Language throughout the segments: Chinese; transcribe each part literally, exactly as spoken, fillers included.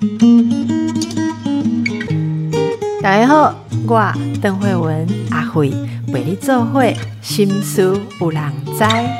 大家好，我邓惠文阿惠陪你做伙心思有人知。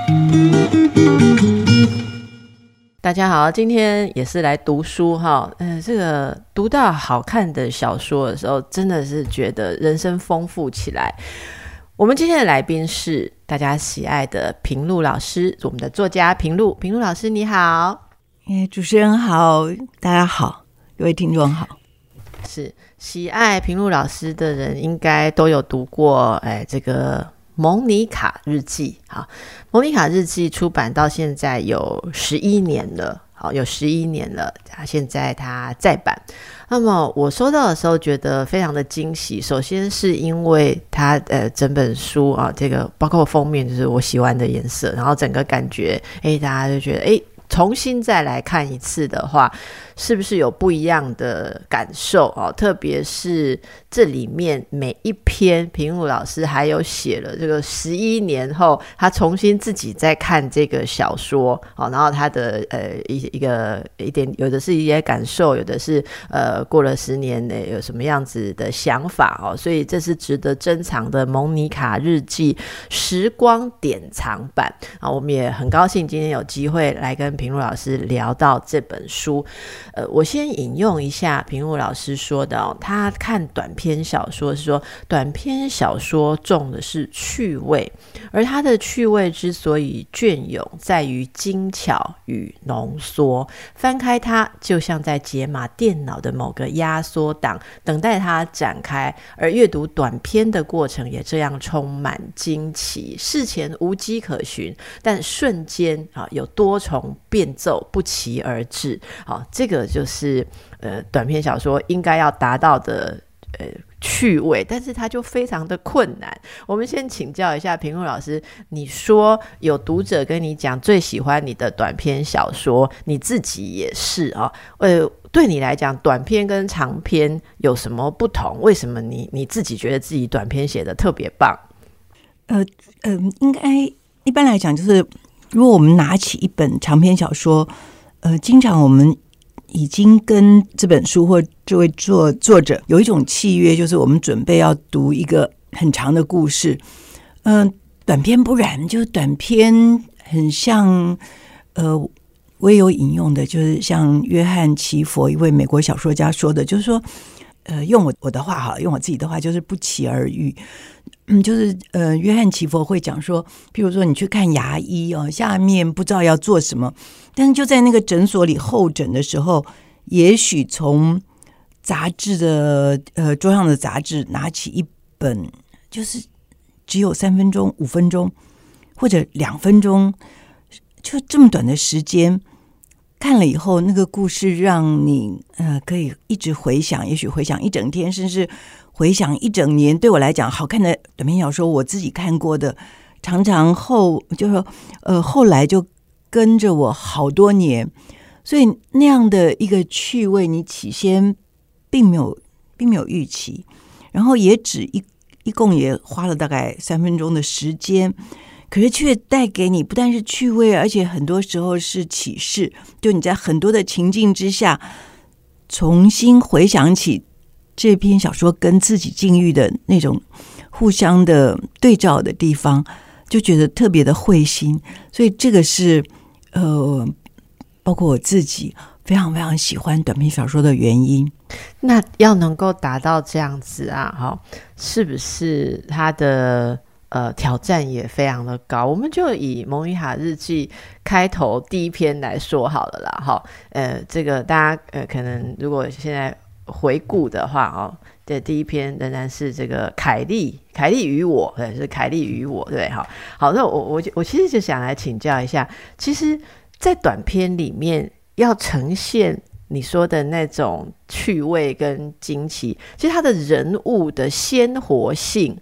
大家好，今天也是来读书哈。嗯，这个读到好看的小说的时候，真的是觉得人生丰富起来。我们今天的来宾是大家喜爱的平路老师，我们的作家平路。平路老师你好。 欸、主持人好，大家好，各位听众好。 是喜爱平路老师的人应该都有读过哎，这个蒙妮卡日记。好，蒙妮卡日记出版到现在有十一年了，好，有十一年了，现在它再版。那么我收到的时候觉得非常的惊喜，首先是因为它呃整本书啊，这个包括封面就是我喜欢的颜色，然后整个感觉哎，大家就觉得哎，重新再来看一次的话，是不是有不一样的感受哦？特别是这里面每一篇平路老师还有写了这个十一年后他重新自己在看这个小说哦，然后他的呃一一个一点，有的是一些感受，有的是呃过了十年呢有什么样子的想法哦，所以这是值得珍藏的蒙妮卡日记时光典藏版啊。我们也很高兴今天有机会来跟平路老师聊到这本书。呃，我先引用一下平路老师说的哦，他看短篇小说是说，短篇小说重的是趣味，而他的趣味之所以隽永，在于精巧与浓缩。翻开它，就像在解码电脑的某个压缩档，等待它展开。而阅读短篇的过程也这样充满惊奇，事前无迹可循，但瞬间啊有多重变奏不期而至。好，这个就是呃短篇小说应该要达到的呃趣味，但是它就非常的困难。我们先请教一下平路老师，你说有读者跟你讲最喜欢你的短篇小说，你自己也是啊、哦，呃，对你来讲短篇跟长篇有什么不同？为什么你你自己觉得自己短篇写的特别棒？ 呃呃，应该一般来讲，就是如果我们拿起一本长篇小说，呃，经常我们已经跟这本书或这位作作者有一种契约，就是我们准备要读一个很长的故事。嗯、呃，短篇不然，就是短篇很像，呃，我也有引用的，就是像约翰奇佛一位美国小说家说的，就是说，呃，用我我的话好了，用我自己的话就是不期而遇。嗯，就是呃，约翰奇佛会讲说，譬如说你去看牙医哦，下面不知道要做什么，但是就在那个诊所里候诊的时候，也许从杂志的呃桌上的杂志拿起一本，就是只有三分钟、五分钟或者两分钟，就这么短的时间，看了以后，那个故事让你呃可以一直回想，也许回想一整天，甚至回想一整年。对我来讲，好看的短篇小说，我自己看过的，常常后就说呃后来就跟着我好多年，所以那样的一个趣味，你起先并没有并没有预期，然后也只一一共也花了大概三分钟的时间。可是却带给你不但是趣味，而且很多时候是启示，就你在很多的情境之下重新回想起这篇小说跟自己境遇的那种互相的对照的地方，就觉得特别的会心。所以这个是呃，包括我自己非常非常喜欢短篇小说的原因。 那要能够达到这样子啊，哦，是不是它的呃，挑战也非常的高？我们就以蒙妮卡日记开头第一篇来说好了啦，哈，呃，这个大家呃可能如果现在回顾的话，哦，对，第一篇仍然是这个凯莉，凯莉与我，对，是凯莉与我，对，好，好，那我我我其实就想来请教一下，其实，在短篇里面要呈现你说的那种趣味跟惊奇，其实它的人物的鲜活性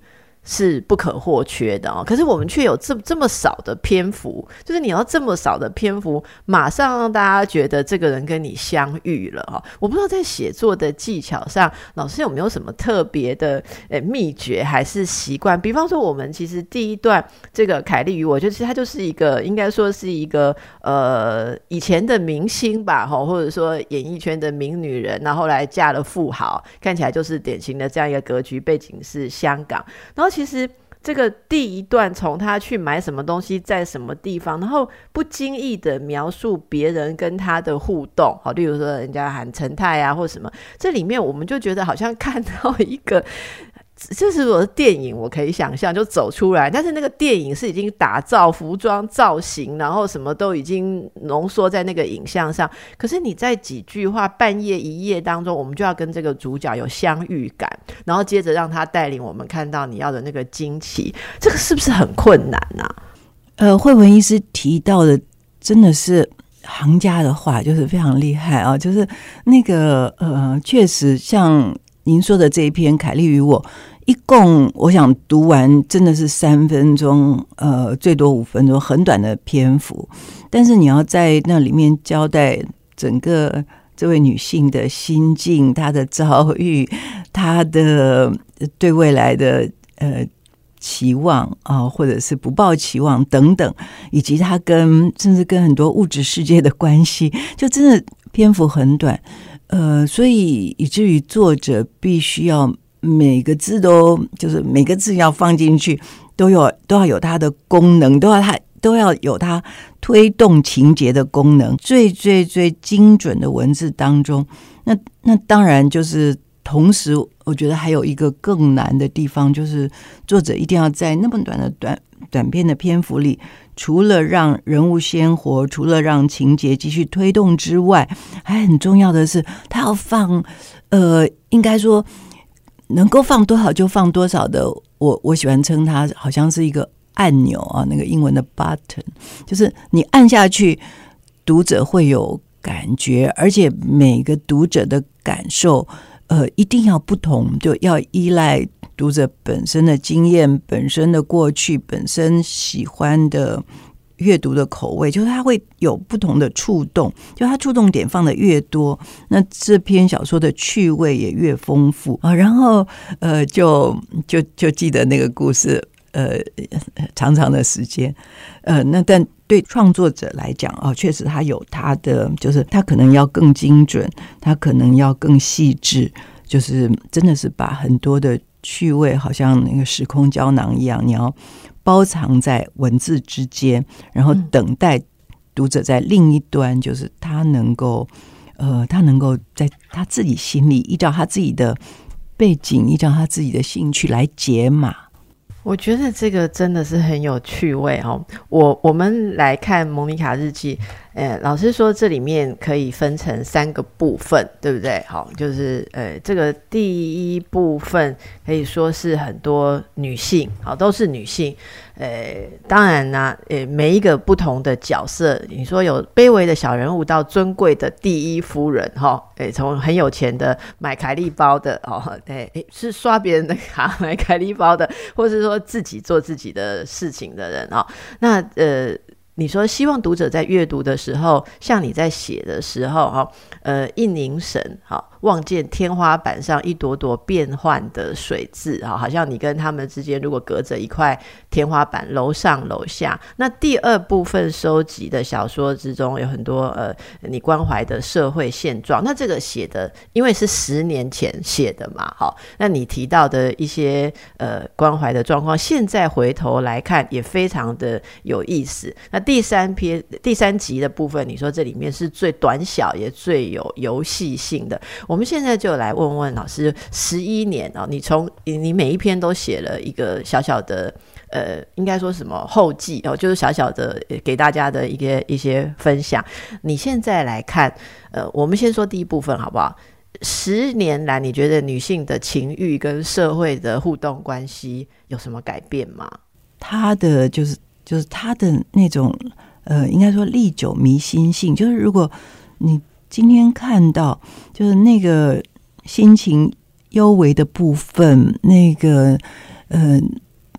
是不可或缺的哦，可是我们却有这这么少的篇幅，就是你要这么少的篇幅，马上让大家觉得这个人跟你相遇了哦。我不知道在写作的技巧上，老师有没有什么特别的呃秘诀还是习惯？比方说，我们其实第一段这个凯莉与我，就是她就是一个应该说是一个呃以前的明星吧，或者说演艺圈的名女人，然后后来嫁了富豪，看起来就是典型的这样一个格局，背景是香港，然后其实这个第一段从他去买什么东西在什么地方，然后不经意的描述别人跟他的互动，好，例如说人家喊陈太啊或什么，这里面我们就觉得好像看到一个就是我的电影，我可以想象就走出来，但是那个电影是已经打造服装造型，然后什么都已经浓缩在那个影像上，可是你在几句话半夜一夜当中，我们就要跟这个主角有相遇感，然后接着让他带领我们看到你要的那个惊奇，这个是不是很困难啊？ 呃，慧文医师提到的真的是行家的话，就是非常厉害啊，就是那个呃，确实像您说的这一篇《凯莉与我》，一共我想读完真的是三分钟，呃，最多五分钟，很短的篇幅。但是你要在那里面交代整个这位女性的心境、她的遭遇、她的对未来的呃期望啊、呃，或者是不抱期望等等，以及她跟甚至跟很多物质世界的关系，就真的篇幅很短。呃，所以以至于作者必须要每个字都就是每个字要放进去，都有都要有它的功能，都要它都要有它推动情节的功能。最最最精准的文字当中，那那当然就是同时，我觉得还有一个更难的地方，就是作者一定要在那么短的短短篇的篇幅里，除了让人物鲜活，除了让情节继续推动之外，还很重要的是，他要放，呃，应该说能够放多少就放多少的。我我喜欢称它好像是一个按钮啊，那个英文的 button， 就是你按下去，读者会有感觉，而且每个读者的感受，呃，一定要不同，就要依赖读者本身的经验、本身的过去、本身喜欢的阅读的口味，就是它会有不同的触动，就它触动点放的越多，那这篇小说的趣味也越丰富啊。然后呃，就就就记得那个故事，呃，长长的时间，呃，那但对创作者来讲啊，确实他有他的，就是他可能要更精准，他可能要更细致，就是真的是把很多的趣味，好像那个时空胶囊一样，你要包藏在文字之间，然后等待读者在另一端，就是他能够，呃，他能够在他自己心里，依照他自己的背景，依照他自己的兴趣来解码。 我觉得这个真的是很有趣味哦。我我们来看《蒙妮卡日记》，呃，老师说这里面可以分成三个部分，对不对？好，就是呃，这个第一部分可以说是很多女性，好，都是女性。呃，当然呢，呃，每一个不同的角色，你说有卑微的小人物到尊贵的第一夫人，哈，哎，从很有钱的买凯利包的，哦，哎，是刷别人的卡买凯利包的，或是说自己做自己的事情的人，哦，那呃。你说希望读者在阅读的时候，像你在写的时候，呃，一凝神，望见天花板上一朵朵变幻的水渍，好像你跟他们之间如果隔着一块天花板，楼上楼下。那第二部分收集的小说之中有很多呃你关怀的社会现状，那这个写的因为是十年前写的嘛，好，那你提到的一些呃关怀的状况，现在回头来看也非常的有意思。那第三篇第三集的部分，你说这里面是最短小也最有游戏性的。我们现在就来问问老师，十一年哦，你从你每一篇都写了一个小小的呃，应该说什么后记哦，就是小小的给大家的一个一些分享。你现在来看，呃，我们先说第一部分好不好？十年来，你觉得女性的情欲跟社会的互动关系有什么改变吗？ 她的就是就是她的那种呃，应该说历久弥新性，就是如果你今天看到就是那个心情幽微的部分，那个呃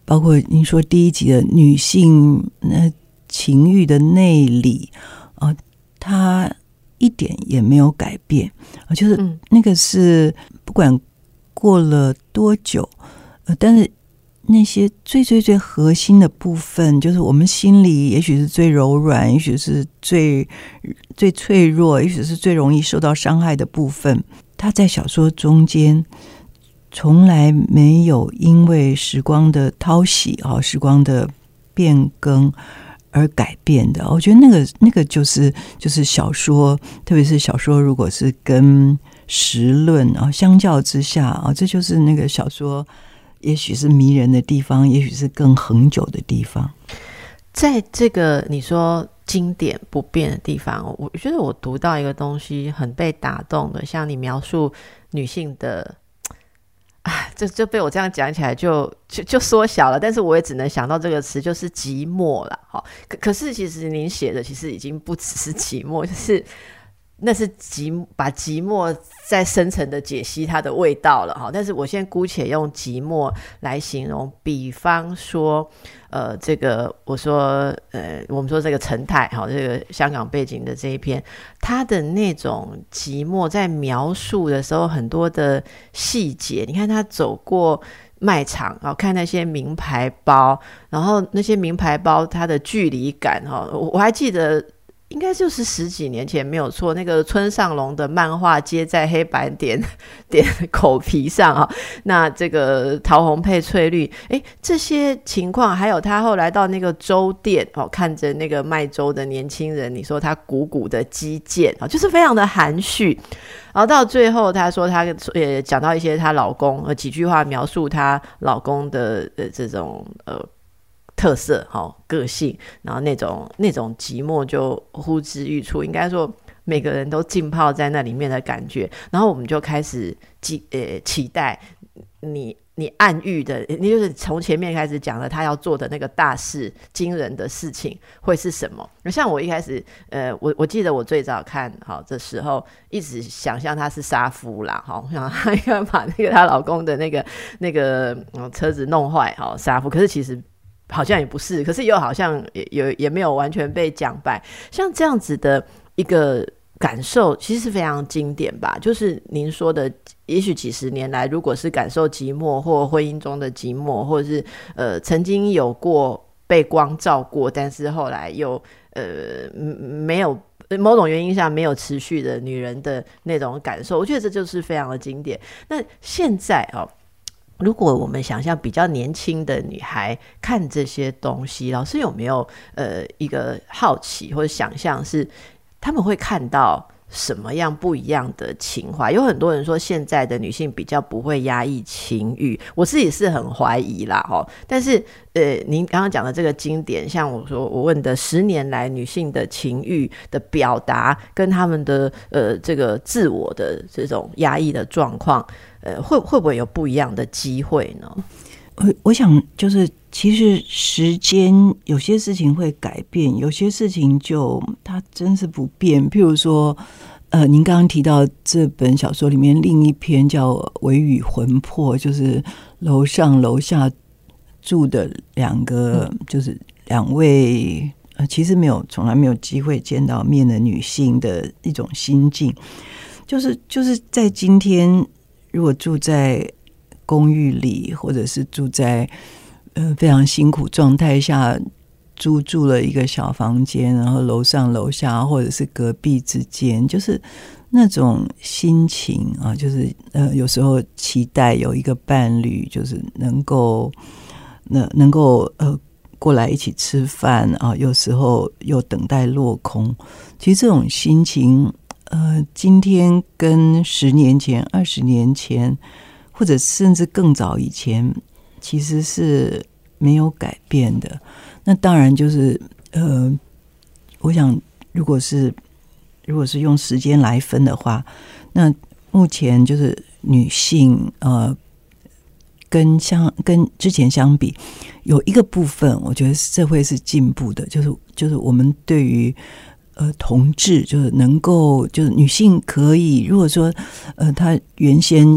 包括您说第一集的女性那情欲的内里啊、呃，它一点也没有改变啊、呃，就是那个是不管过了多久，呃，但是那些最最最核心的部分，就是我们心里也许是最柔软，也许是最最脆弱，也许是最容易受到伤害的部分，它在小说中间从来没有因为时光的淘洗啊，时光的变更而改变的。我觉得那个那个就是就是小说，特别是小说如果是跟时论啊相较之下啊，这就是那个小说也许是迷人的地方，也许是更恒久的地方。 在这个你说经典不变的地方，我觉得我读到一个东西很被打动的，像你描述女性的，啊，这就被我这样讲起来就就就缩小了，但是我也只能想到这个词，就是寂寞了。可可是其实您写的其实已经不只是寂寞，就是那是寂把寂寞再深层的解析它的味道了。但是我现在姑且用寂寞来形容，比方说呃，这个我说呃，我们说这个陈太这个香港背景的这一篇，他的那种寂寞在描述的时候很多的细节，你看他走过卖场，然后看那些名牌包，然后那些名牌包它的距离感，我还记得应该就是十几年前没有错，那个村上隆的漫画接在黑白点点口皮上啊，那这个桃红配翠绿，诶，这些情况，还有他后来到那个粥店哦，看着那个卖粥的年轻人，你说他鼓鼓的肌腱啊，就是非常的含蓄。然后到最后他说他也讲到一些她老公呃几句话描述她老公的呃这种呃特色、哦、个性，然后那种那种寂寞就呼之欲出，应该说每个人都浸泡在那里面的感觉，然后我们就开始期、呃、期待你你暗喻的，你就是从前面开始讲了他要做的那个大事惊人的事情会是什么。像我一开始呃，我我记得我最早看好的时候一直想象他是杀夫啦，好，想他应该把那个她老公的那个那个、嗯、车子弄坏，好，杀夫，可是其实好像也不是，可是又好像 也, 也, 也没有完全被讲白。像这样子的一个感受其实是非常经典吧，就是您说的也许几十年来如果是感受寂寞或婚姻中的寂寞，或者是呃曾经有过被光照过，但是后来又呃没有某种原因下没有持续的女人的那种感受，我觉得这就是非常的经典。那现在哦，如果我们想象比较年轻的女孩看这些东西，老师有没有呃一个好奇或者想象是他们会看到什么样不一样的情怀？有很多人说现在的女性比较不会压抑情欲，我自己是很怀疑啦、哦、但是呃，您刚刚讲的这个经典，像我说我问的十年来女性的情欲的表达跟他们的呃这个自我的这种压抑的状况，呃，会会不会有不一样的机会呢？ 我我想就是其实时间有些事情会改变，有些事情就它真是不变。譬如说呃，您刚刚提到这本小说里面另一篇叫《微雨魂魄》，就是楼上楼下住的两个、嗯、就是两位呃，其实没有从来没有机会见到面的女性的一种心境，就是就是在今天如果住在公寓里，或者是住在呃非常辛苦状态下租住了一个小房间，然后楼上楼下或者是隔壁之间，就是那种心情啊，就是呃有时候期待有一个伴侣，就是能够能能够呃过来一起吃饭啊，有时候又等待落空。其实这种心情呃今天跟十年前二十年前或者甚至更早以前其实是没有改变的。那当然就是呃，我想如果是如果是用时间来分的话，那目前就是女性呃跟相跟之前相比，有一个部分我觉得这会是进步的，就是就是我们对于呃同志，就是能够就是女性可以，如果说呃她原先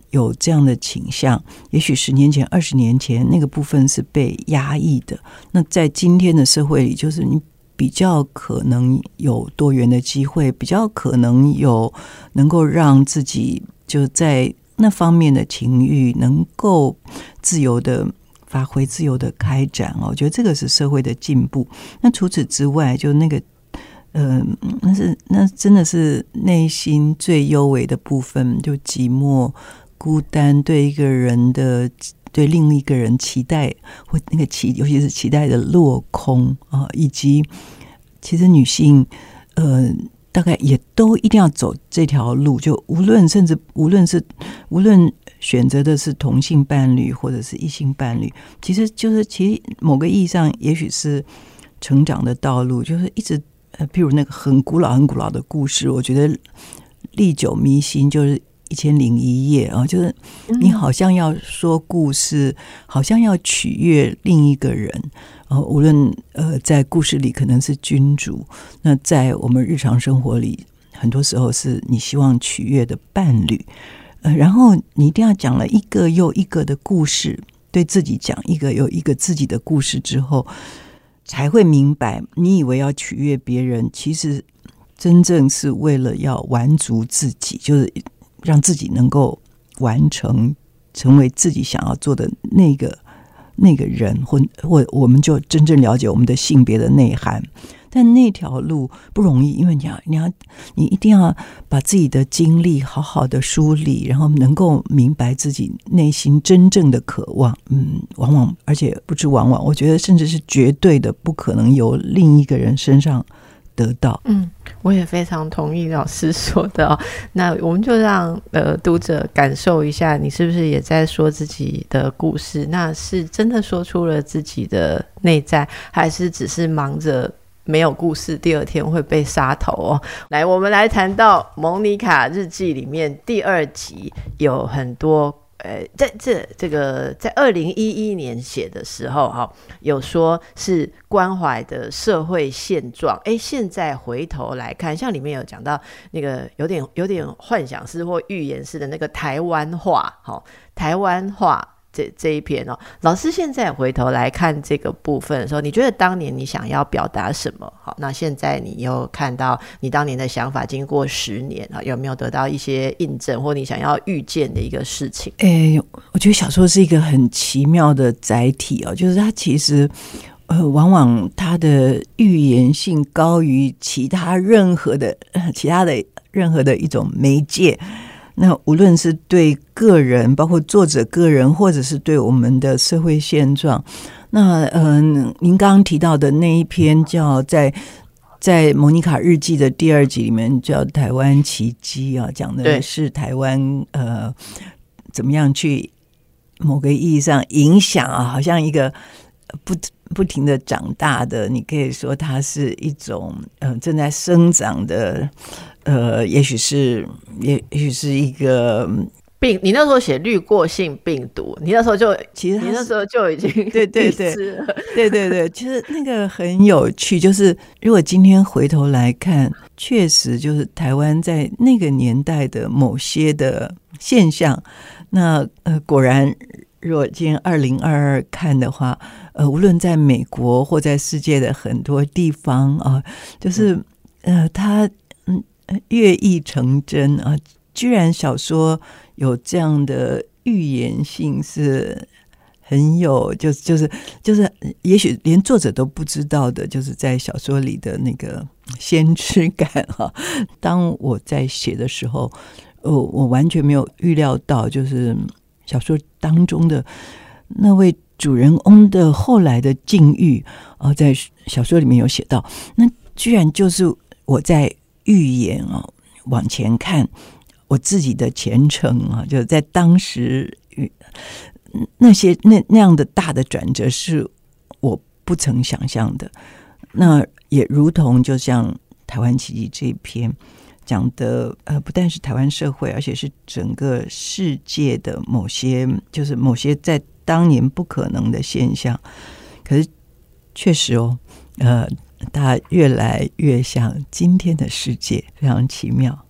有这样的倾向，也许十年前、二十年前那个部分是被压抑的。那在今天的社会里，就是你比较可能有多元的机会，比较可能有能够让自己就在那方面的情欲能够自由的发挥、自由的开展。我觉得这个是社会的进步。那除此之外，就那个。呃，那是那真的是内心最幽微的部分，就寂寞、孤单，对一个人的、对另一个人期待，或那个期，尤其是期待的落空啊，以及其实女性，呃，大概也都一定要走这条路，就无论甚至无论是无论选择的是同性伴侣或者是异性伴侣，其实就是其实某个意义上，也许是成长的道路，就是一直。呃，譬如那个很古老、很古老的故事，我觉得历久弥新，就是一千零一夜啊，就是你好像要说故事，好像要取悦另一个人啊，无论呃在故事里可能是君主，那在我们日常生活里，很多时候是你希望取悦的伴侣，呃，然后你一定要讲了一个又一个的故事，对自己讲一个又一个自己的故事之后。才会明白，你以为要取悦别人，其实真正是为了要完足自己，就是让自己能够完成，成为自己想要做的那个那个人，或或我们就真正了解我们的性别的内涵。但那条路不容易，因为你要你要你一定要把自己的经历好好的梳理，然后能够明白自己内心真正的渴望。嗯，往往而且不止往往，我觉得甚至是绝对的不可能由另一个人身上得到。 嗯，我也非常同意老师说的哦。那我们就让呃读者感受一下，你是不是也在说自己的故事？那是真的说出了自己的内在，还是只是忙着？没有故事，第二天会被杀头哦。来，我们来谈到《蒙妮卡日记》里面第二集有很多，呃，在这这个在二零一一年写的时候，哈，有说是关怀的社会现状。哎，现在回头来看，像里面有讲到那个有点有点幻想式或预言式的那个台湾话，哈，台湾话。这, 这一篇哦，老师现在回头来看这个部分的时候，你觉得当年你想要表达什么？好，那现在你又看到你当年的想法，经过十年，有没有得到一些印证，或你想要预见的一个事情？ 诶，我觉得小说是一个很奇妙的载体哦，就是它其实呃，往往它的预言性高于其他任何的其他的任何的一种媒介。那无论是对个人，包括作者个人，或者是对我们的社会现状，那嗯、呃，您刚刚提到的那一篇叫在在《蒙妮卡日记》的第二集里面叫《台湾奇迹》啊，讲的是台湾呃怎么样去某个意义上影响啊，好像一个不不停的长大的，你可以说它是一种呃正在生长的。呃，也许是，也也许是一个病。你那时候写滤过性病毒，你那时候就其实你那时候就已经对对对对对对，其实那个很有趣。就是如果今天回头来看，确实就是台湾在那个年代的某些的现象。那呃，果然，如果今天二零二二看的话，呃，无论在美国或在世界的很多地方啊，就是呃，它。越译成真啊！居然小说有这样的预言性，是很有，就就是就是，也许连作者都不知道的，就是在小说里的那个先知感哈。当我在写的时候，我我完全没有预料到，就是小说当中的那位主人翁的后来的境遇啊，在小说里面有写到，那居然就是我在。预言啊，往前看我自己的前程啊，就在当时那些那那样的大的转折是我不曾想象的。那也如同就像台湾奇迹这一篇讲的，呃，不但是台湾社会，而且是整个世界的某些，就是某些在当年不可能的现象。可是确实哦，呃。它越来越像今天的世界，非常奇妙。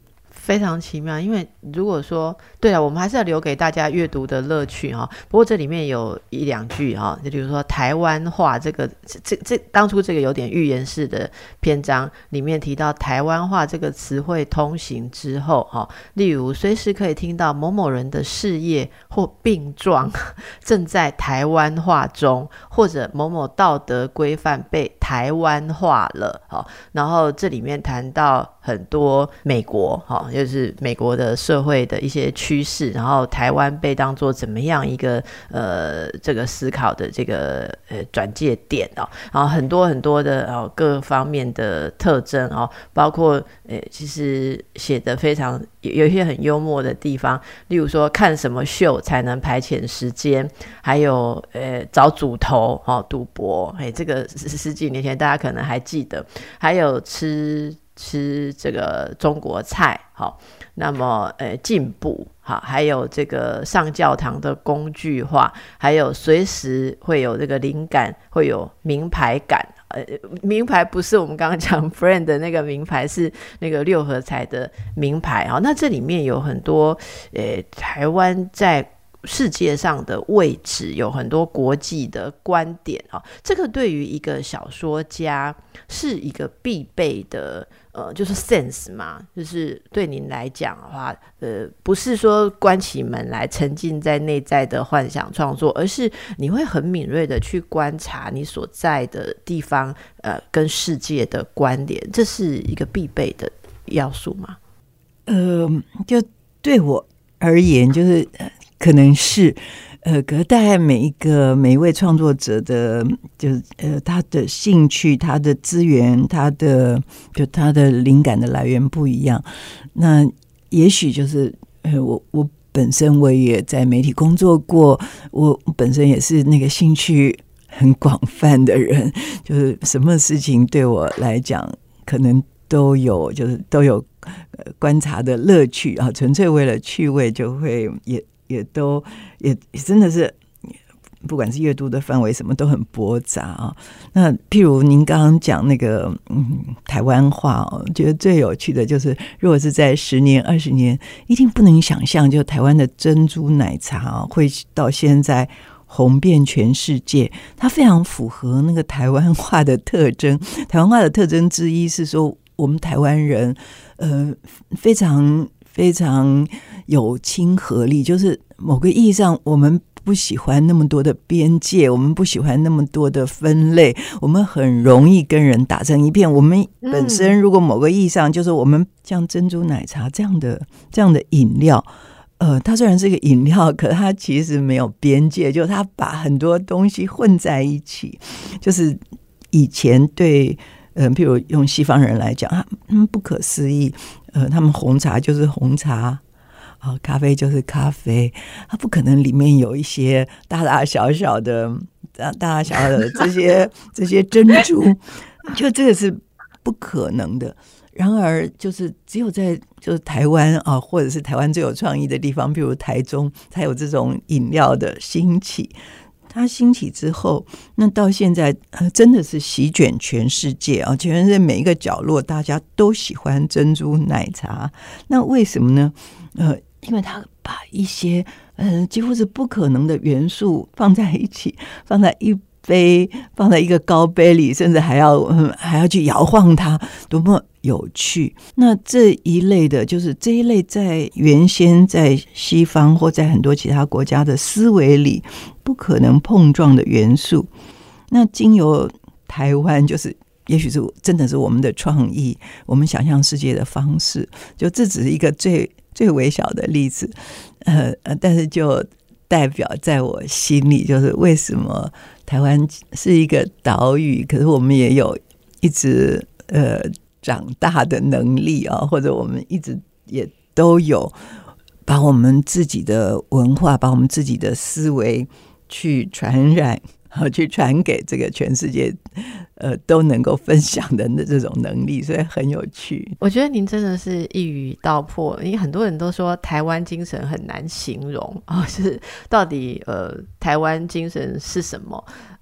非常奇妙，因为如果说对了，我们还是要留给大家阅读的乐趣哈。不过这里面有一两句哈，就比如说台湾话这个这这当初这个有点预言式的篇章里面提到台湾话这个词汇通行之后哈，例如随时可以听到某某人的事业或病状正在台湾化中，或者某某道德规范被台湾化了哈。然后这里面谈到很多美国就是美国的社会的一些趋势，然后台湾被当作怎么样一个呃这个思考的这个呃转介点哦，然后很多很多的哦各方面的特征哦，包括呃其实写得非常有一些很幽默的地方，例如说看什么秀才能排遣时间，还有呃找主头哦赌博，哎这个十几年前大家可能还记得，还有吃。吃这个中国菜好，那么呃进步好，还有这个上教堂的工具化，还有随时会有这个灵感，会有名牌感。呃，名牌不是我们刚刚讲 friend 的那个名牌，是那个六合彩的名牌。好，那这里面有很多呃台湾在世界上的位置，有很多国际的观点哦，这个对于一个小说家是一个必备的呃，就是 sense 嘛，就是对您来讲的话，呃，不是说关起门来沉浸在内在的幻想创作，而是你会很敏锐的去观察你所在的地方，呃，跟世界的关联，这是一个必备的要素吗？ 呃，就对我而言，就是可能是。呃，可是大概每一个每一位创作者的，就是呃，他的兴趣、他的资源、他的就他的灵感的来源不一样。那也许就是呃，我我本身我也在媒体工作过，我本身也是那个兴趣很广泛的人，就是什么事情对我来讲，可能都有就是都有呃观察的乐趣啊，纯粹为了趣味就会也。也都也真的是，不管是阅读的范围什么都很驳杂啊。那譬如您刚刚讲那个嗯台湾话哦，我觉得最有趣的就是，如果是在十年、二十年，一定不能想象，就台湾的珍珠奶茶啊，会到现在红遍全世界。它非常符合那个台湾话的特征。台湾话的特征之一是说，我们台湾人呃非常。非常有亲和力，就是某个意义上我们不喜欢那么多的边界，我们不喜欢那么多的分类，我们很容易跟人打成一片。我们本身如果某个意义上就是我们像珍珠奶茶这样的这样的饮料，呃，它虽然是个饮料，可它其实没有边界，就它把很多东西混在一起。就是以前对呃，譬如用西方人来讲啊，嗯，不可思议。呃，他们红茶就是红茶啊，咖啡就是咖啡，它不可能里面有一些大大小小的、大大小小的这些这些珍珠，就这个是不可能的。然而，就是只有在就是台湾啊，或者是台湾最有创意的地方，比如台中，才有这种饮料的兴起。它兴起之后，那到现在、呃、真的是席卷全世界啊！全世界每一个角落，大家都喜欢珍珠奶茶。那为什么呢？呃，因为它把一些呃几乎是不可能的元素放在一起，放在一杯，放在一个高杯里，甚至还要、嗯、还要去摇晃它，多么有趣！那这一类的，就是这一类在原先在西方或在很多其他国家的思维里不可能碰撞的元素，那经由台湾，就是也许是真的是我们的创意，我们想象世界的方式，就这只是一个最最微小的例子，呃，但是就代表在我心里，就是为什么台湾是一个岛屿，可是我们也有一直呃长大的能力啊，或者我们一直也都有把我们自己的文化，把我们自己的思维去传染，去传给这个全世界，呃，都能够分享的这种能力，所以很有趣。 我觉得您真的是一语道破，因为很多人都说台湾精神很难形容啊、哦，就是到底呃台湾精神是什么？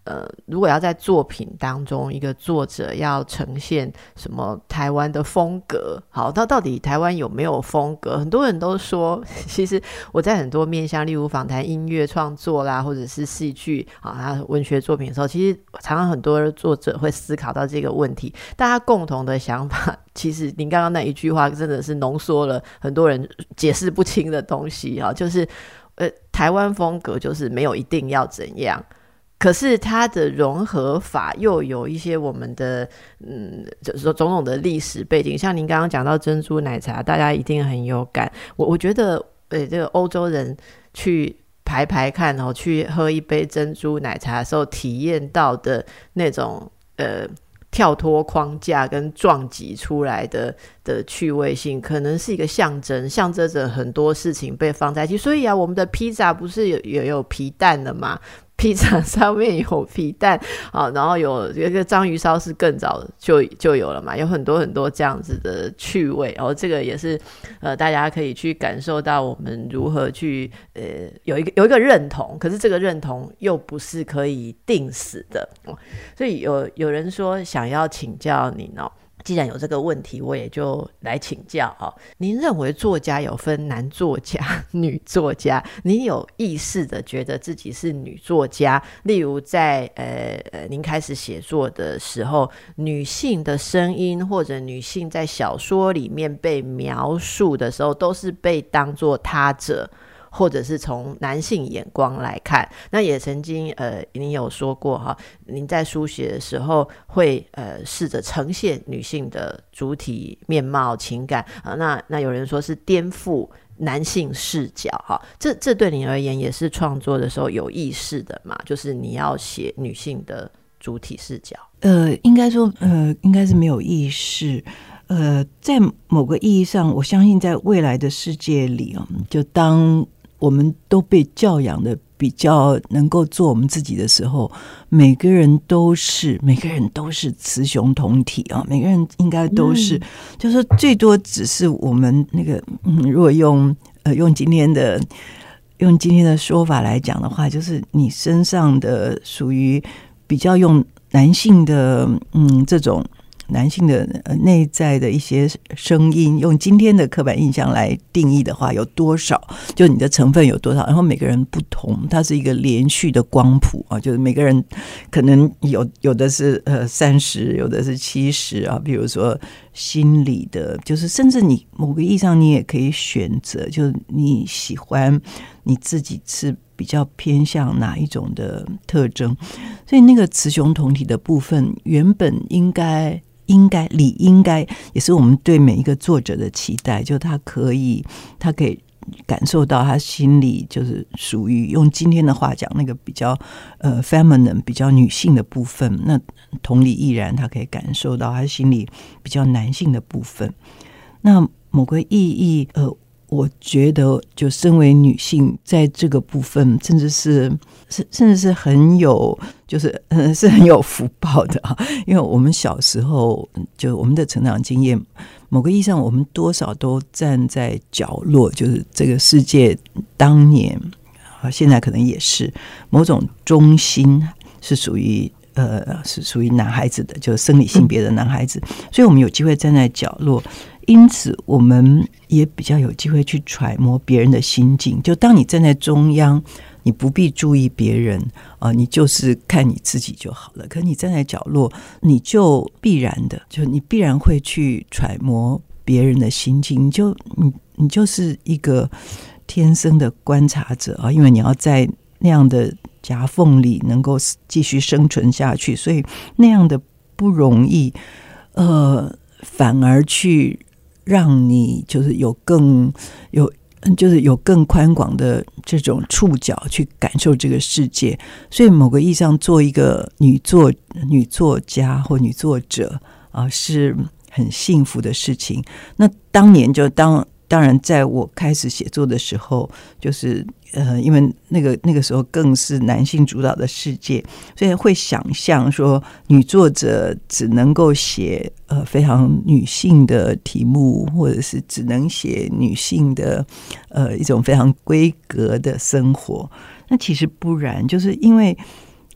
呃，如果要在作品当中，一个作者要呈现什么台湾的风格，好，到到底台湾有没有风格？很多人都说，其实我在很多面向，例如访谈音乐创作啦，或者是戏剧啊、文学作品的时候，其实常常很多作者会思考到这个问题，大家共同的想法，其实您刚刚那一句话真的是浓缩了很多人解释不清的东西啊，就是呃，台湾风格就是没有一定要怎样，可是它的融合法又有一些我们的嗯，就是说种种的历史背景，像您刚刚讲到珍珠奶茶，大家一定很有感。我我觉得呃，这个欧洲人去排排看哦，去喝一杯珍珠奶茶的时候体验到的那种呃跳脱框架跟撞击出来的的趣味性，可能是一个象征，象征着很多事情被放在一起。所以啊，我们的披萨不是有有有皮蛋的吗？披萨上面有皮蛋啊，然后有一个章鱼烧是更早就就有了嘛，有很多很多这样子的趣味，然后这个也是呃大家可以去感受到我们如何去呃有一个有一个认同，可是这个认同又不是可以定死的，哦、所以有有人说想要请教您哦。既然有这个问题，我也就来请教哦。您认为作家有分男作家、女作家？您有意识的觉得自己是女作家？例如在呃呃您开始写作的时候，女性的声音或者女性在小说里面被描述的时候，都是被当作他者，或者是从男性眼光来看。那也曾经呃，您有说过哈，您在书写的时候会呃试着呈现女性的主体面貌、情感啊、呃。那那有人说是颠覆男性视角哈，这这对你而言也是创作的时候有意识的嘛？就是你要写女性的主体视角。 呃，应该说呃，应该是没有意识。呃，在某个意义上，我相信在未来的世界里啊，就当我们都被教养的比较能够做我们自己的时候，每个人都是每个人都是雌雄同体啊，每个人应该都是，嗯、就是最多只是我们那个，嗯，如果用呃用今天的用今天的说法来讲的话，就是你身上的属于比较用男性的嗯这种。男性的内在的一些声音，用今天的刻板印象来定义的话，有多少？就你的成分有多少？然后每个人不同，它是一个连续的光谱啊，就是每个人可能有有的是呃三十，有的是七十啊。比如说心理的，就是甚至你某个意义上你也可以选择，就是你喜欢你自己是比较偏向哪一种的特征。所以那个雌雄同体的部分，原本应该。应该理应该也是我们对每一个作者的期待，就他可以他可以感受到他心里就是属于用今天的话讲那个比较呃 feminine 比较女性的部分，那同理亦然，他可以感受到他心里比较男性的部分。那某个意义呃我觉得就身为女性在这个部分甚至是甚至是很有就是呃是很有福报的啊，因为我们小时候就我们的成长经验某个意义上我们多少都站在角落，就是这个世界当年现在可能也是某种中心是属于呃是属于男孩子的，就是生理性别的男孩子，所以我们有机会站在角落，因此我们也比较有机会去揣摩别人的心境。就当你站在中央，你不必注意别人啊、呃，你就是看你自己就好了。可你站在角落，你就必然的，就你必然会去揣摩别人的心境，你就你你就是一个天生的观察者啊，因为你要在那样的夹缝里能够继续生存下去，所以那样的不容易，呃，反而去让你就是有更有就是有更宽广的这种触角去感受这个世界。所以某个意义上做一个女作女作家或女作者啊、呃，是很幸福的事情。那当年就当当然在我开始写作的时候，就是呃，因为那个那个时候更是男性主导的世界，所以会想象说女作者只能够写呃非常女性的题目，或者是只能写女性的呃一种非常规格的生活。那其实不然，就是因为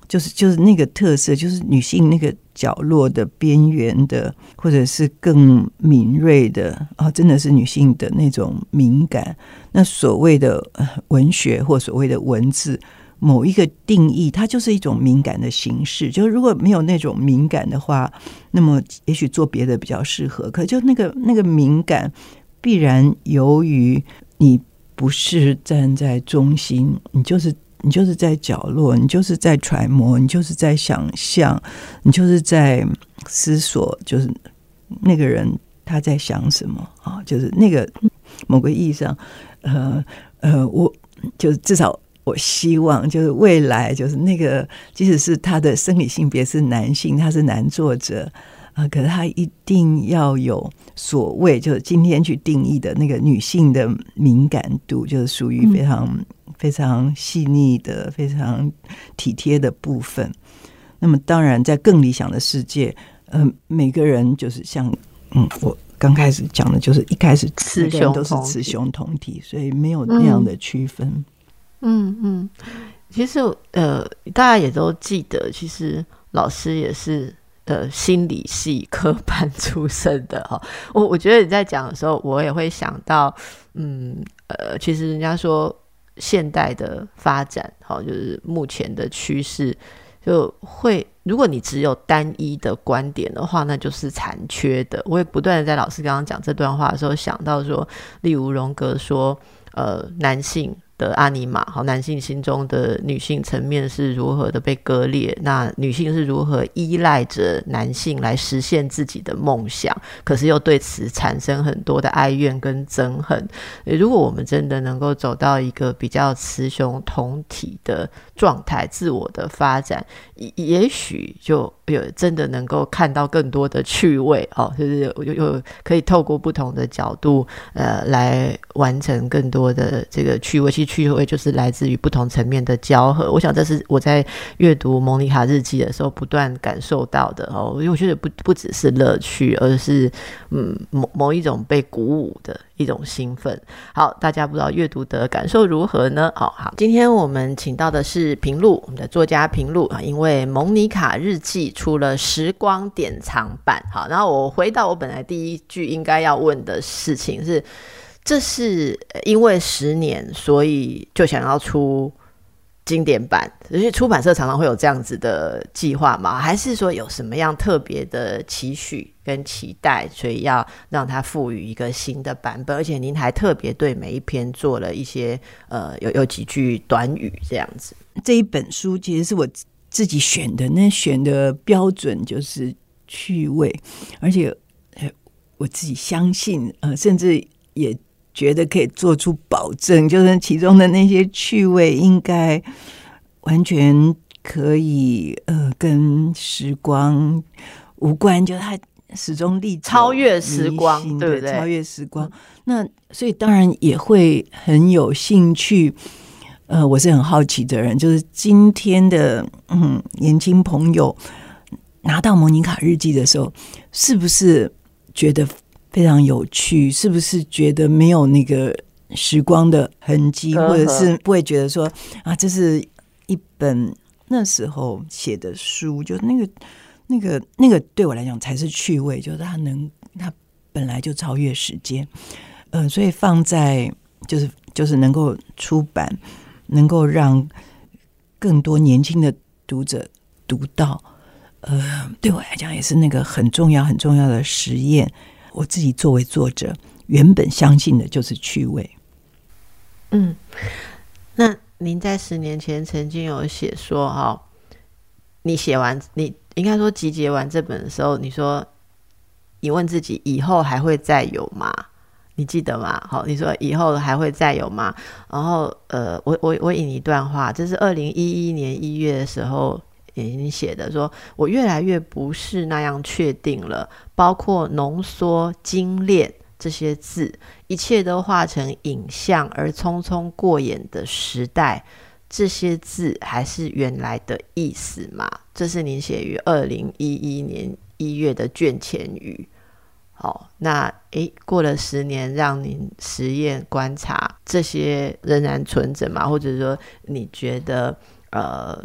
就是就是那个特色，就是女性那个角落的边缘的，或者是更敏锐的啊，真的是女性的那种敏感。那所谓的文学或所谓的文字，某一个定义，它就是一种敏感的形式。就如果没有那种敏感的话，那么也许做别的比较适合。可就那个那个敏感，必然由于你不是站在中心，你就是你就是在角落，你就是在揣摩，你就是在想象，你就是在思索，就是那个人他在想什么啊？就是那个某个意义上，呃呃，我就至少。我希望就是未来就是那个，即使是他的生理性别是男性，他是男作者啊、呃，可是他一定要有所谓就是今天去定义的那个女性的敏感度，就是属于非常、嗯、非常细腻的、非常体贴的部分。那么当然，在更理想的世界，呃，每个人就是像嗯我。刚开始讲的就是一开始每个人都是雌雄同体，所以没有那样的区分。嗯嗯嗯，其实呃，大家也都记得，其实老师也是呃心理系科班出身的哈。我我觉得你在讲的时候，我也会想到，嗯呃，其实人家说现代的发展，哈，就是目前的趋势，就会如果你只有单一的观点的话，那就是残缺的。我也不断的在老师刚刚讲这段话的时候想到说，例如荣格说，呃，男性的阿尼玛，好，男性心中的女性层面是如何的被割裂，那女性是如何依赖着男性来实现自己的梦想，可是又对此产生很多的哀怨跟憎恨。如果我们真的能够走到一个比较雌雄同体的状态，自我的发展，也许就有真的能够看到更多的趣味，哦，就是有可以透过不同的角度呃来完成更多的这个趣味。其实趣味就是来自于不同层面的交合，我想这是我在阅读蒙妮卡日记的时候不断感受到的哦。因为我觉得不不只是乐趣，而是嗯某某一种被鼓舞的一种兴奋。好，大家不知道阅读的感受如何呢？哦，好，今天我们请到的是平路，我们的作家平路啊，因为蒙妮卡日记出了时光典藏版。好，然后我回到我本来第一句应该要问的事情是，这是因为十年所以就想要出经典版，而且出版社常常会有这样子的计划吗？还是说有什么样特别的期许跟期待，所以要让它赋予一个新的版本？而且您还特别对每一篇做了一些呃有有几句短语这样子。 这一本书其实是我自己选的，那选的标准就是趣味，而且我自己相信，呃，甚至也觉得可以做出保证，就是其中的那些趣味应该完全可以呃跟时光无关，就是它始终历超越时光，对不对？ 超越时光。那所以当然也会很有兴趣。呃，我是很好奇的人，就是今天的嗯年轻朋友拿到蒙妮卡日记的时候，是不是觉得非常有趣？是不是觉得没有那个时光的痕迹，或者是不会觉得说啊，这是一本那时候写的书，就那个那个那个对我来讲才是趣味，就是它能它本来就超越时间，呃，所以放在就是就是能够出版，能够让更多年轻的读者读到，呃，对我来讲也是那个很重要很重要的实验。我自己作为作者，原本相信的就是趣味。 嗯，那您在十年前曾经有写说，哦，你写完，你应该说集结完这本的时候，你说你问自己以后还会再有吗？你记得吗？好，你说以后还会再有吗？然后呃，我我我引一段话，这是二零一一年一月的时候已经写的，说我越来越不是那样确定了，包括浓缩、精炼这些字，一切都化成影像而匆匆过眼的时代，这些字还是原来的意思吗？这是您写于二零一一年一月的卷前语。好，那诶，过了十年，让您实验观察，这些仍然存着吗？或者说，你觉得呃，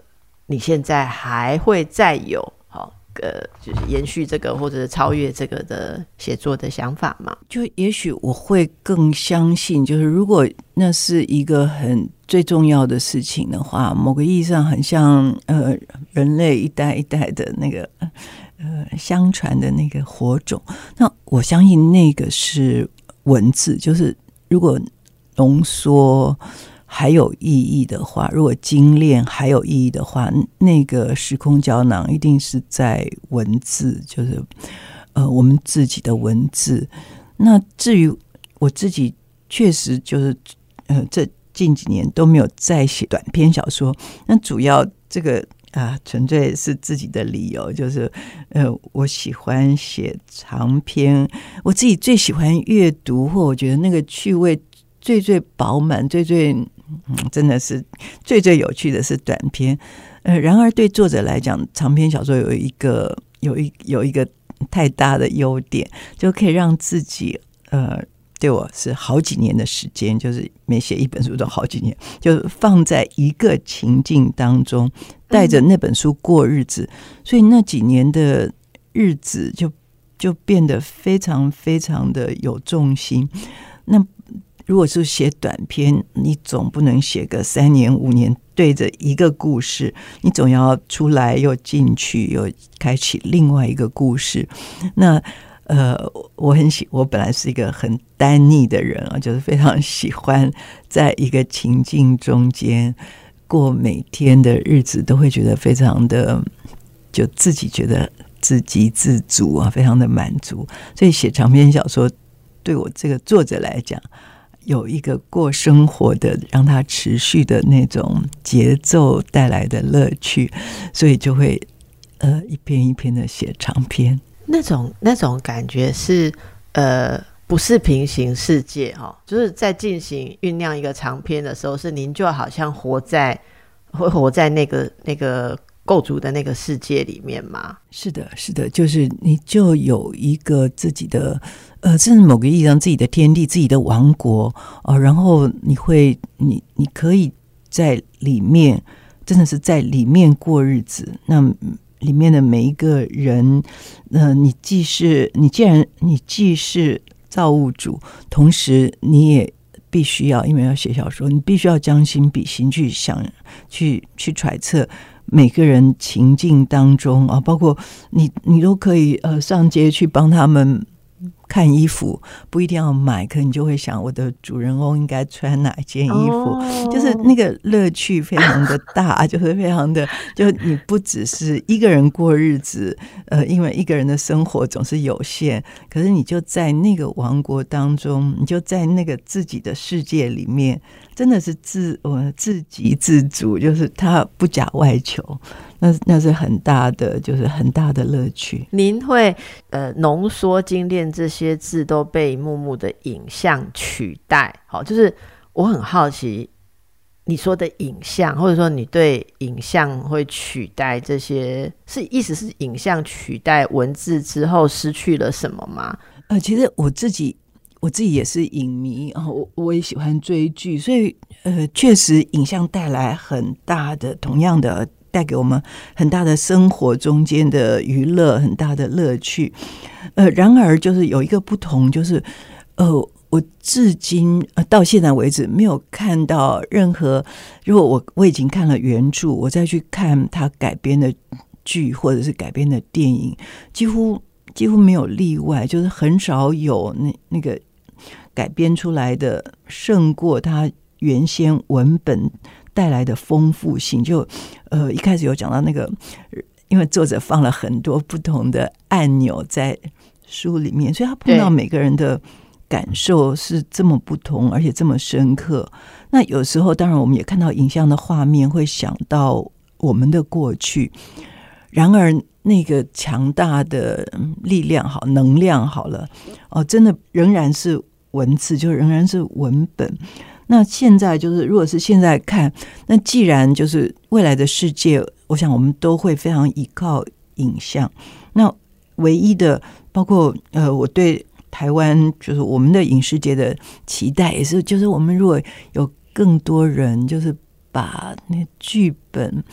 你现在还会再有好、呃，就是延续这个或者是超越这个的写作的想法吗？ 就也许我会更相信，就是如果那是一个很最重要的事情的话，某个意义上很像呃人类一代一代的那个呃相传的那个火种，那我相信那个是文字，就是如果浓缩还有意义的话，如果精炼还有意义的话，那个时空胶囊一定是在文字，就是呃我们自己的文字。那至于我自己，确实就是呃这近几年都没有再写短篇小说，那主要这个啊纯粹是自己的理由，就是呃我喜欢写长篇，我自己最喜欢阅读，或我觉得那个趣味最最饱满，最最嗯，真的是最最有趣的是短篇。呃，然而对作者来讲，长篇小说有一个有一有一个太大的优点，就可以让自己呃，对我是好几年的时间，就是每写一本书都好几年，就放在一个情境当中，带着那本书过日子，嗯、所以那几年的日子就就变得非常非常的有重心。那如果是写短篇，你总不能写个三年五年对着一个故事，你总要出来又进去又开启另外一个故事。那呃，我很喜，我本来是一个很单逆的人啊，就是非常喜欢在一个情境中间过每天的日子，都会觉得非常的，就自己觉得自给自足啊，非常的满足。所以写长篇小说对我这个作者来讲，有一个过生活的让它持续的那种节奏带来的乐趣，所以就会呃一篇一篇的写长篇。 那种那种感觉是呃不是平行世界哈、哦，就是在进行酝酿一个长篇的时候，是您就好像活在会活在那个那个构筑的那个世界里面吗？ 是的，是的，就是你就有一个自己的呃，甚至某个意义上自己的天地、自己的王国呃，然后你会你你可以在里面，真的是在里面过日子。那里面的每一个人，呃，你既是你既然你既是造物主，同时你也必须要，因为要写小说，你必须要将心比心，去想去去揣测每个人情境当中啊，包括你你都可以呃上街去帮他们看衣服，不一定要买，可你就会想我的主人翁应该穿哪一件衣服、哦、就是那个乐趣非常的大就是非常的，就你不只是一个人过日子，呃，因为一个人的生活总是有限，可是你就在那个王国当中，你就在那个自己的世界里面，真的是自我自给自足，就是他不假外求，那那是很大的，就是很大的乐趣。 您会呃浓缩精炼这些字都被一幕幕的影像取代，好，就是我很好奇你说的影像，或者说你对影像会取代这些，是意思是影像取代文字之后失去了什么吗？ 呃，其实我自己我自己也是影迷啊，我我也喜欢追剧，所以呃，确实影像带来很大的，同样的带给我们很大的生活中间的娱乐，很大的乐趣。呃，然而就是有一个不同，就是呃，我至今、呃、到现在为止没有看到任何，如果我我已经看了原著，我再去看他改编的剧或者是改编的电影，几乎几乎没有例外，就是很少有那那个改编出来的胜过他原先文本带来的丰富性。就呃一开始有讲到那个，因为作者放了很多不同的按钮在书里面，所以他碰到每个人的感受是这么不同，而且这么深刻。那有时候当然我们也看到影像的画面，会想到我们的过去，然而那个强大的力量好，能量好了哦，真的仍然是文字，就仍然是文本。那现在就是如果是现在看，那既然就是未来的世界，我想我们都会非常依靠影像。那唯一的包括呃，我对台湾就是我们的影视界的期待也是，就是我们如果有更多人就是把那剧本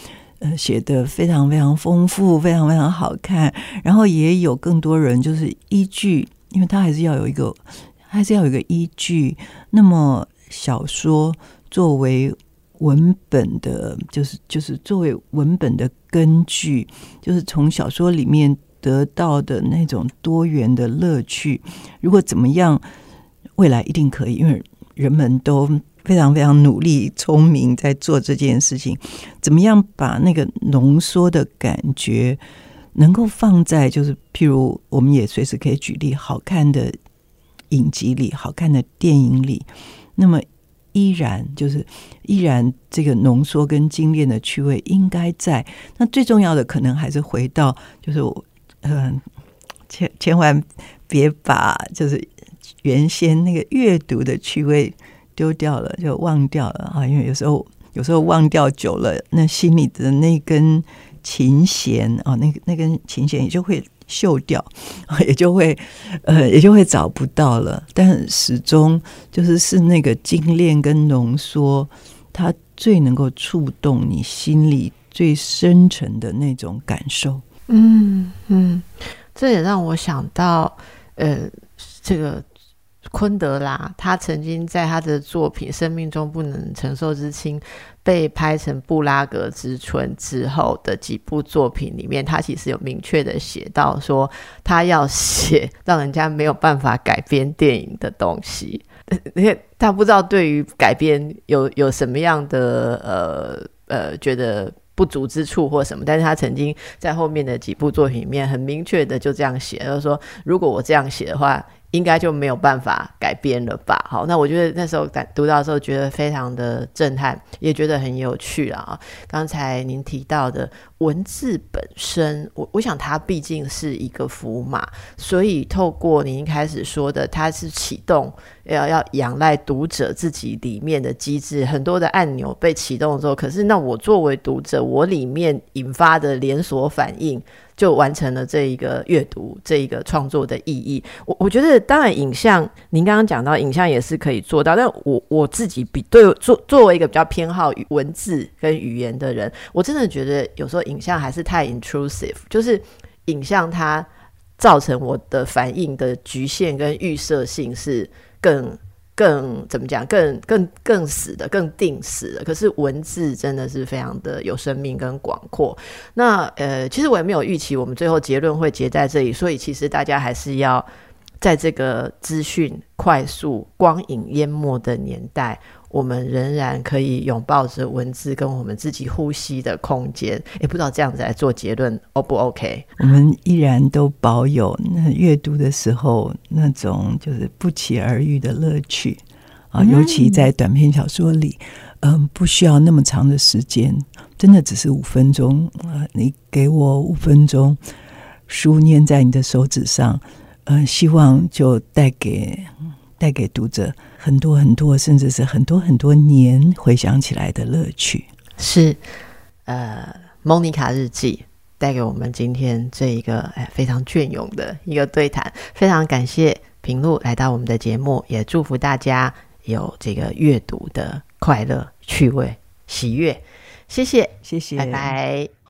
呃写得非常非常丰富，非常非常好看，然后也有更多人就是依据，因为他还是要有一个还是要有一个依据，那么小说作为文本的就是就是作为文本的根据，就是从小说里面得到的那种多元的乐趣，如果怎么样未来一定可以，因为人们都非常非常努力聪明在做这件事情，怎么样把那个浓缩的感觉能够放在就是譬如我们也随时可以举例好看的影集里，好看的电影里，那么依然就是依然这个浓缩跟精炼的趣味应该在，那最重要的可能还是回到就是我嗯，千千万别把就是原先那个阅读的趣味丢掉了，就忘掉了啊！因为有时候有时候忘掉久了，那心里的那根琴弦啊，那那根琴弦也就会锈掉，也就会呃也就会找不到了。但始终就是是那个精炼跟浓缩，它最能够触动你心里最深沉的那种感受。 嗯嗯，这也让我想到，呃，这个昆德拉，他曾经在他的作品《生命中不能承受之轻》被拍成《布拉格之春》之后的几部作品里面，他其实有明确的写到说，他要写让人家没有办法改编电影的东西。他不知道对于改编有有什么样的呃呃觉得不足之处或什么，但是他曾经在后面的几部作品里面很明确的就这样写，就是说如果我这样写的话应该就没有办法改编了吧。好，那我觉得那时候读到的时候觉得非常的震撼，也觉得很有趣啦。刚才您提到的文字本身，我我想它毕竟是一个符码，所以透过您一开始说的，它是启动要要仰赖读者自己里面的机制，很多的按钮被启动之后，可是那我作为读者，我里面引发的连锁反应就完成了这一个阅读这一个创作的意义。我我觉得当然影像您刚刚讲到影像也是可以做到，但我我自己比对作作为一个比较偏好文字跟语言的人，我真的觉得有时候影像还是太 intrusive， 就是影像它造成我的反应的局限跟预设性是更更怎么讲更更更死的更定死的，可是文字真的是非常的有生命跟广阔。那呃，其实我也没有预期我们最后结论会结在这里，所以其实大家还是要在这个资讯快速光影淹没的年代，我们仍然可以拥抱着文字跟我们自己呼吸的空间。也不知道这样子来做结论 O 不 OK？ 我们依然都保有那阅读的时候那种就是不期而遇的乐趣啊，尤其在短篇小说里，嗯，不需要那么长的时间，真的只是五分钟啊，你给我五分钟，书念在你的手指上，呃，希望就带给带给读者很多很多，甚至是很多很多年回想起来的乐趣。 是，呃，蒙妮卡日记带给我们今天这一个哎非常隽永的一个对谈，非常感谢平路来到我们的节目，也祝福大家有这个阅读的快乐、趣味、喜悦。谢谢， 谢谢， 拜拜。